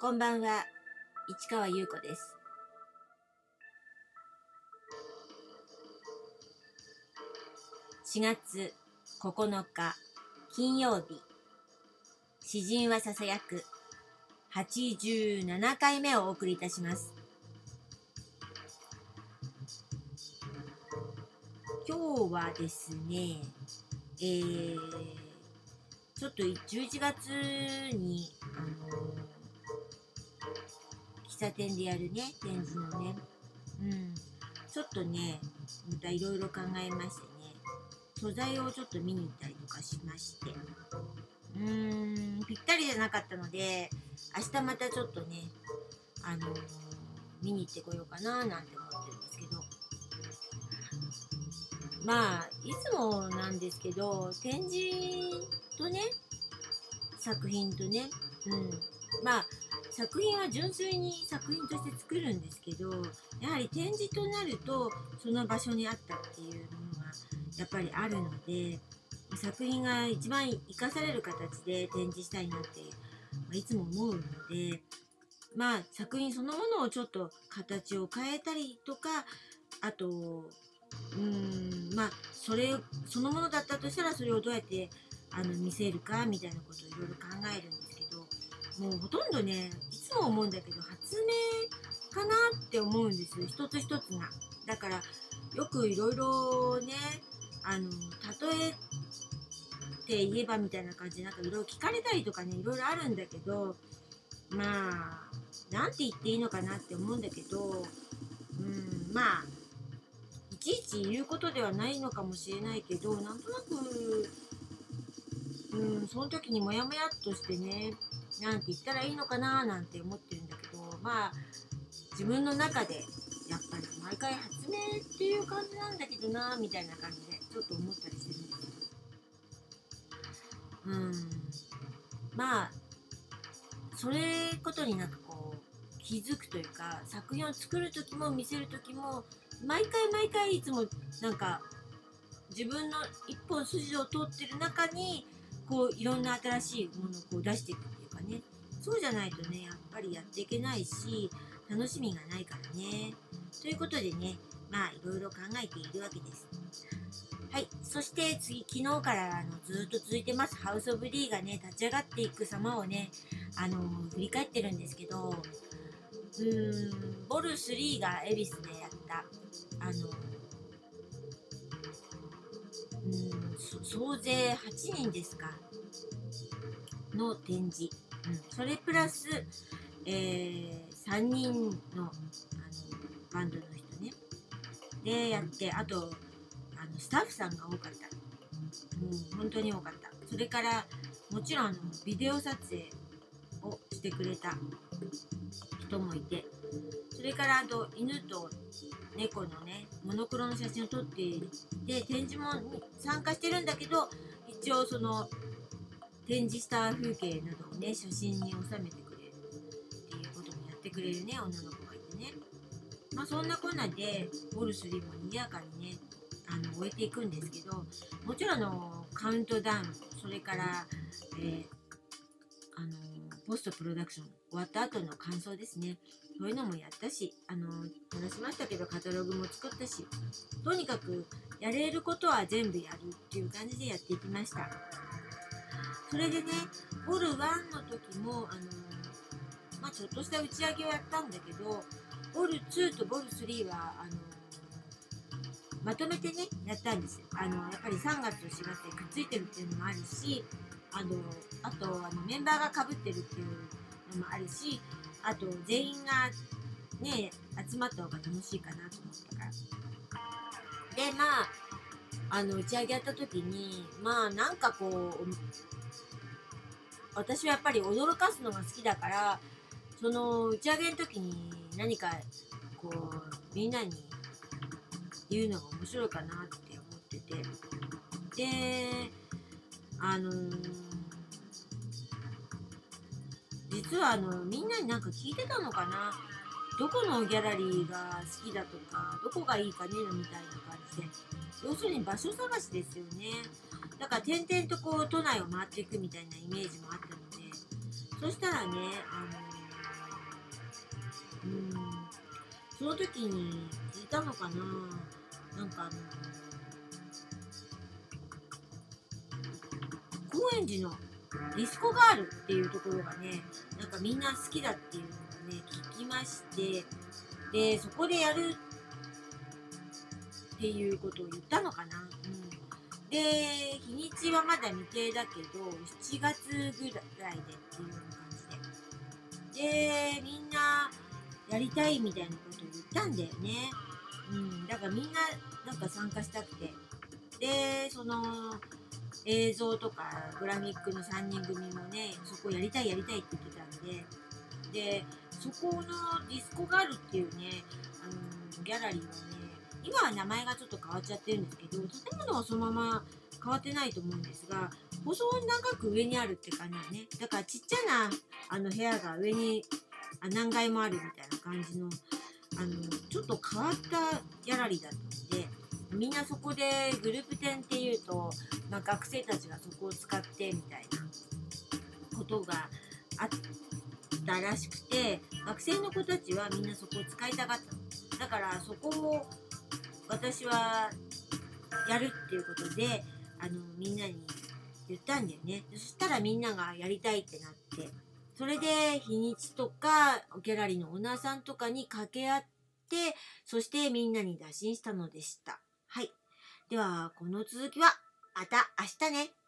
こんばんは、市川優子です。4月9日金曜日、詩人はささやく87回目をお送りいたします。今日はですね、ちょっと11月に喫茶店でやるね展示のね、ちょっとねまたいろいろ考えましてね、素材をちょっと見に行ったりとかしまして、ぴったりじゃなかったので、明日またちょっとね見に行ってこようかななんて思ってるんですけど、まあいつもなんですけど、展示とね作品とね、まあ作品は純粋に作品として作るんですけど、やはり展示となるとその場所にあったっていうものがやっぱりあるので、作品が一番生かされる形で展示したいなっていつも思うので、まあ作品そのものをちょっと形を変えたりとか、あとまあそのものだったとしたらそれをどうやって見せるかみたいなことをいろいろ考えるんですけど、もうほとんどねいつも思うんだけど発明かなって思うんですよ、一つ一つが。だからよくいろいろね例えて言えばみたいな感じでなんかいろいろ聞かれたりとかね、いろいろあるんだけど、まあなんて言っていいのかなって思うんだけど、まあいちいち言うことではないのかもしれないけど、なんとなくその時にモヤモヤっとしてね、なんて言ったらいいのかななんて思ってるんだけど、まあ自分の中でやっぱり毎回発明っていう感じなんだけどなみたいな感じでちょっと思ったりしてるんですけど、まあそれことになんかこう気づくというか、作品を作る時も見せる時も毎回いつもなんか自分の一本筋を通ってる中にこういろんな新しいものをこう出していくっていうかね、そうじゃないとねやっぱりやっていけないし楽しみがないからね。ということでね、まあいろいろ考えているわけです。はい、そして昨日からずっと続いてますハウス・オブ・リーがね立ち上がっていく様をね振り返ってるんですけど、ボル3が恵比寿でやった総勢8人ですかの展示、それプラス、3人のバンドの人ねでやって、あとスタッフさんが多かった、本当に多かった。それからもちろんビデオ撮影をしてくれた人もいて、それからあと犬と猫のねモノクロの写真を撮っていて展示も参加してるんだけど、一応その展示した風景などをね写真に収めてくれるっていうこともやってくれるね女の子がいてね、まあそんなこんなでボルスリーも賑やかにね終えていくんですけど、もちろんカウントダウン、それから、ポストプロダクション終わった後の感想ですね、そういうのもやったし、話しましたけどカタログも作ったし、とにかくやれることは全部やるっていう感じでやっていきました。それでねボル1の時もまあ、ちょっとした打ち上げをやったんだけど、ボル2とボル3はまとめてねやったんですよ。やっぱり3月と4月でくっついてるっていうのもあるし、あとメンバーがかぶってるっていうのもあるし、あと全員がね集まった方が楽しいかなと思ったから。でまあ打ち上げやった時にまあなんかこう私はやっぱり驚かすのが好きだから、その打ち上げの時に何かこうみんなに言うのが面白いかなって思ってて、で実はみんなになんか聞いてたのかな、どこのギャラリーが好きだとかどこがいいかねみたいな感じで、要するに場所探しですよね。だから点々とこう都内を回っていくみたいなイメージもあったので、そしたらねその時に聞いたのかな、なんか高円寺のディスコガールっていうところがね、なんかみんな好きだっていうのをね、聞きまして、で、そこでやるっていうことを言ったのかな。で、日にちはまだ未定だけど、7月ぐらいでっていうような感じで。で、みんなやりたいみたいなことを言ったんだよね。だからみんななんか参加したくて。で、その映像とかグラフィックの3人組もね、そこやりたいやりたいって言ってたんで、で、そこのディスコガールっていうね、ギャラリーはね、今は名前がちょっと変わっちゃってるんですけど、建物はそのまま変わってないと思うんですが、細長く上にあるって感じだね。だからちっちゃな部屋が上に何階もあるみたいな感じの、ちょっと変わったギャラリーだったので、みんなそこでグループ展っていうと、学生たちがそこを使ってみたいなことがあったらしくて、学生の子たちはみんなそこを使いたがったの。だからそこを私はやるっていうことで、みんなに言ったんだよね。そしたらみんながやりたいってなって、それで日にちとかギャラリーのオーナーさんとかに掛け合って、そしてみんなに打診したのでした。はい。では、この続きはまた明日ね。